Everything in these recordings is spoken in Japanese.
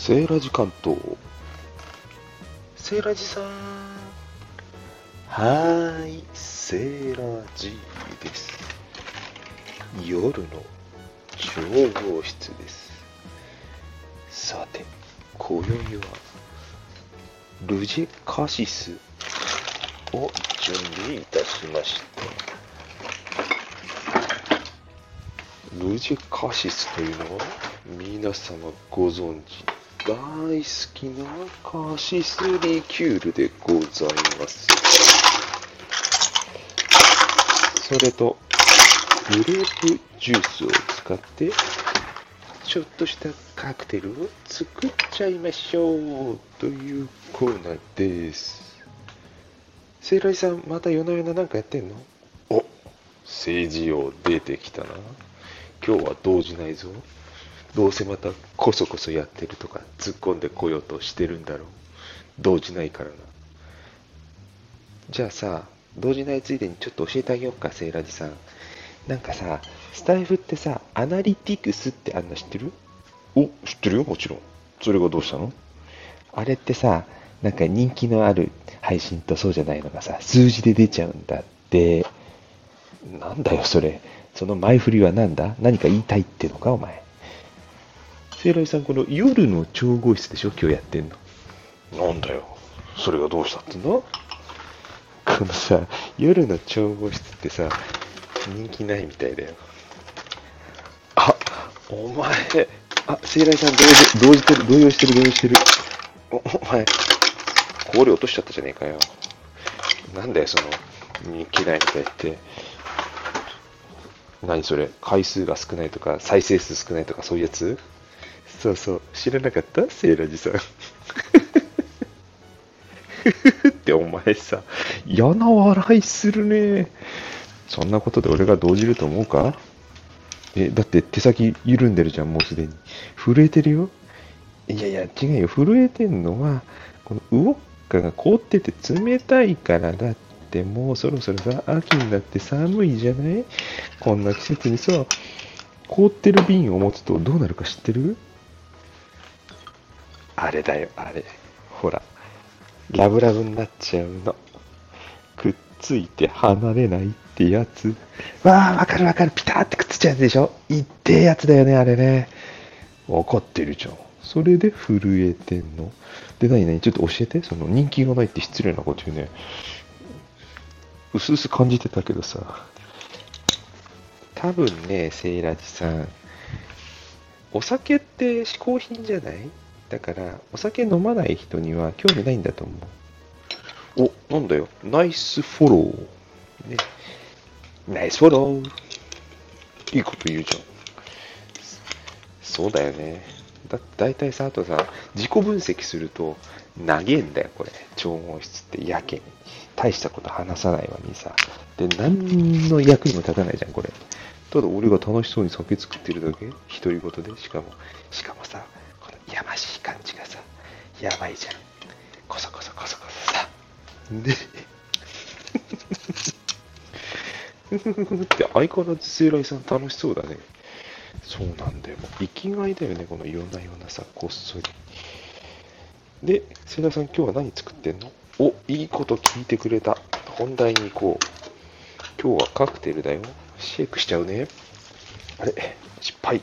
セーラジ関東。セーラジさん。はーい、セーラジです。夜の調合室です。さて、今宵はルジェカシスを準備いたしました。ルジェカシスというのは皆様ご存知、大好きなカシスリキュールでございます。それとグレープジュースを使ってちょっとしたカクテルを作っちゃいましょうというコーナーです。セイライさん、また夜な夜ななんかやってんの？お、政治を出てきたな。今日は動じないぞ。どうせまたコソコソやってるとか突っ込んでこようとしてるんだろう。動じないからな。じゃあさ、動じないついでにちょっと教えてあげようか、セイラジさん。なんかさ、スタイフってさ、アナリティクスってあんの知ってる？お、知ってるよ、もちろん。それがどうしたの？あれってさ、なんか人気のある配信とそうじゃないのがさ、数字で出ちゃうんだって。なんだよ、それ。その前振りはなんだ？何か言いたいってのか、お前。セイライさん、この夜の調合室でしょ、今日やってんの。なんだよ。それがどうしたっての？このさ、夜の調合室ってさ、人気ないみたいだよ。あ、お前、セイライさん動揺してる。お前、氷落としちゃったじゃねえかよ。なんだよ、その、人気ないみたいって。何それ、回数が少ないとか、再生数少ないとか、そういうやつ？そうそう、知らなかった？セイラジさん。ってお前さ、嫌な笑いするね。そんなことで俺が動じると思うか？だって手先緩んでるじゃん、もうすでに。震えてるよ。いやいや、違うよ。震えてんのは、このウォッカが凍ってて冷たいからだって、もうそろそろさ、秋になって寒いじゃない？こんな季節にさ、凍ってる瓶を持つとどうなるか知ってる？あれだよ、あれ。ほら、ラブラブになっちゃうの。くっついて離れないってやつ。わあ、わかるわかる。ピターってくっついちゃうやつでしょ？いってえやつだよね、あれね。わかってるじゃん。それで震えてんの。で、何ちょっと教えて。その人気がないって失礼なこと言うね。うすうす感じてたけどさ。多分ね、セイラジさん。お酒って嗜好品じゃない？だから、お酒飲まない人には興味ないんだと思う。お、なんだよ。ナイスフォロー。ね。ナイスフォロー。いいこと言うじゃん。そうだよね。だいたいさ、あとさ、自己分析すると、長えんだよ、これ。調合室ってやけに。大したこと話さないわにさ。で、何の役にも立たないじゃん、これ。ただ俺が楽しそうに酒作ってるだけ？独り言で。しかもさ、このやましい感じがさ、やばいじゃん。こそこそこそこそさ。で、って相変わらずセイライさん楽しそうだね。そうなんだよ。もう生きがいだよね、この夜な夜なさ、こっそり。で、セイライさん今日は何作ってんの？お、いいこと聞いてくれた。本題に行こう。今日はカクテルだよ。シェイクしちゃうね。あれ、失敗。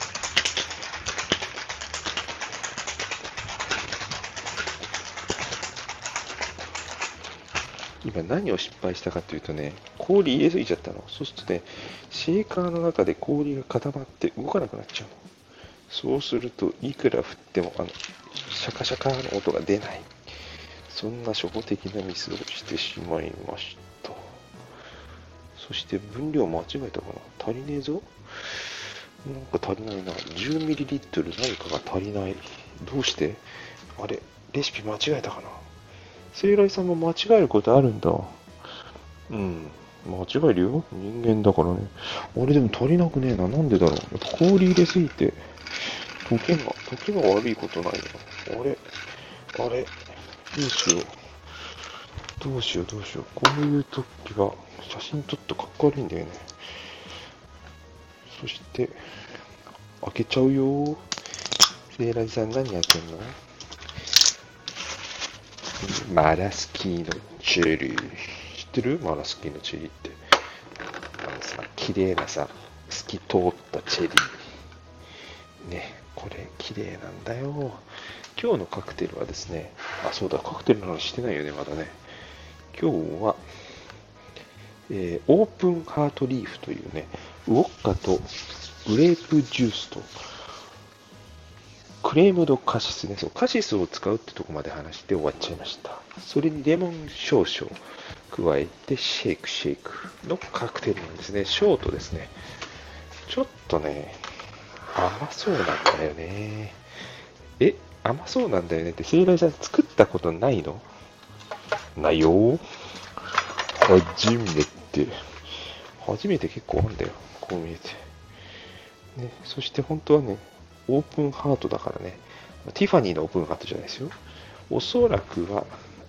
今何を失敗したかというとね、氷入れすぎちゃったの。そうするとね、シェーカーの中で氷が固まって動かなくなっちゃうの。そうすると、いくら振っても、シャカシャカの音が出ない。そんな初歩的なミスをしてしまいました。そして分量間違えたかな？足りねえぞ。なんか足りないな。10ml 何かが足りない。どうして？あれ、レシピ間違えたかな？セイライさんも間違えることあるんだ。うん。間違えるよ。人間だからね。あれでも足りなくねえな。なんでだろう。やっぱ氷入れすぎて、溶けが悪いことないな。あれ、どうしよう。どうしよう。こういう時は、写真撮ってかっこ悪いんだよね。そして、開けちゃうよ。 セイラジさん何やってんの？マラスキーのチェリー。知ってる？マラスキーのチェリーって。さ、綺麗なさ、透き通ったチェリー。ね、これ綺麗なんだよ。今日のカクテルはですね、そうだ、カクテルの話してないよね、まだね。今日は、オープンハートリーフというね、ウォッカとグレープジュースとクレームドカシスね、そうカシスを使うってとこまで話して終わっちゃいました。それにレモン少々加えてシェイクシェイクのカクテルなんですね。ショートですね。ちょっとね、甘そうなんだよね。甘そうなんだよねって、セイラジさん作ったことないの？ないよ。初めて結構あるんだよ。こう見えて。ね、そして本当はね、オープンハートだからね、ティファニーのオープンハートじゃないですよ。おそらくは、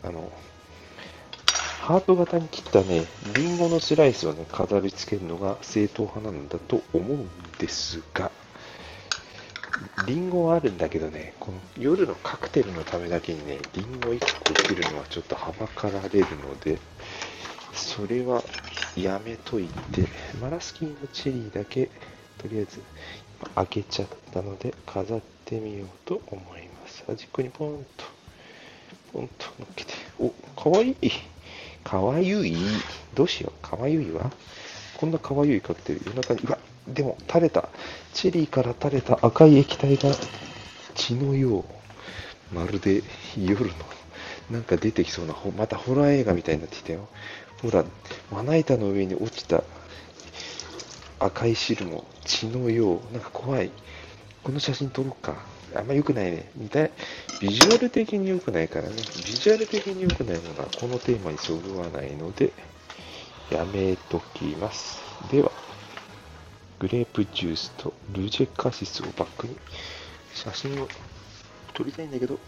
ハート型に切ったね、リンゴのスライスをね、飾り付けるのが正統派なんだと思うんですが、リンゴはあるんだけどね、この夜のカクテルのためだけにね、リンゴ1個切るのはちょっとはばかられるので、それはやめといて、マラスキーのチェリーだけ、とりあえず開けちゃったので、飾ってみようと思います。端っこにポンと乗っけて。かわいい。かわゆい。どうしよう。かわゆいわ。こんなかわゆいカクテル、夜中に、でも垂れた。チェリーから垂れた赤い液体が血のよう。まるで夜の、なんか出てきそうな、またホラー映画みたいになってきたよ。ほら、まな板の上に落ちた赤い汁も血のよう。なんか怖い。この写真撮ろうか。あんま良くないね。ビジュアル的に良くないからね。ビジュアル的に良くないものはこのテーマにそぐわないので、やめときます。では、グレープジュースとルジェカシスをバックに写真を撮りたいんだけど、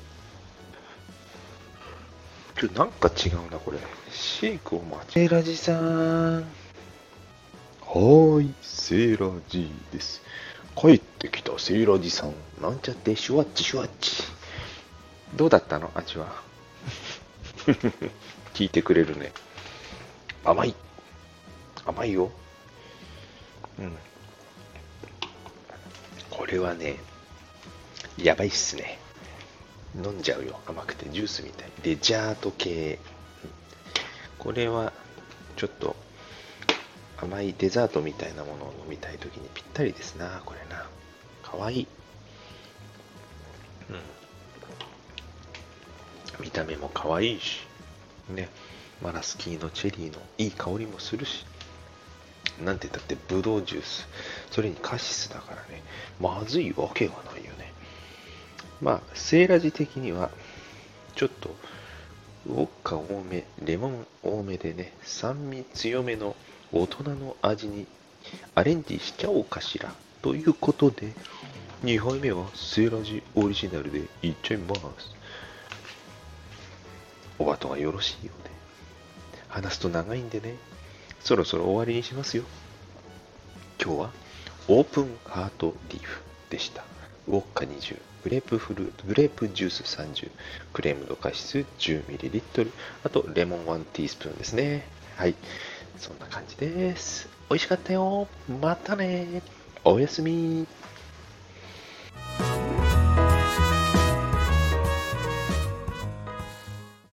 なんか違うな、これ。シェイクを間違え。セイラジさん。はーい、セイラジです。帰ってきたセイラジさん。なんちゃってシュワッチシュワッチ。どうだったの味は？聞いてくれるね。甘い。甘いよ。うん。これはね、やばいっすね。飲んじゃうよ。甘くてジュースみたい。デザート系。これはちょっと甘いデザートみたいなものを飲みたいときにぴったりですな、これな。かわいい。見た目もかわいいし、ね、マラスキーのチェリーのいい香りもするし、なんて言ったってブドウジュース、それにカシスだからね、まずいわけがないよね。セイラジ的には、ちょっと、ウォッカ多め、レモン多めでね、酸味強めの大人の味にアレンジしちゃおうかしら。ということで、2杯目はセイラジオリジナルでいっちゃいます。お後がよろしいようで。話すと長いんでね、そろそろ終わりにしますよ。今日はオープンハートリーフでした。ウォッカ20、グレープジュース30、クレームドカシス 10ml、あとレモン1ティースプーンですね。はい。そんな感じです。美味しかったよ。またね。おやすみ。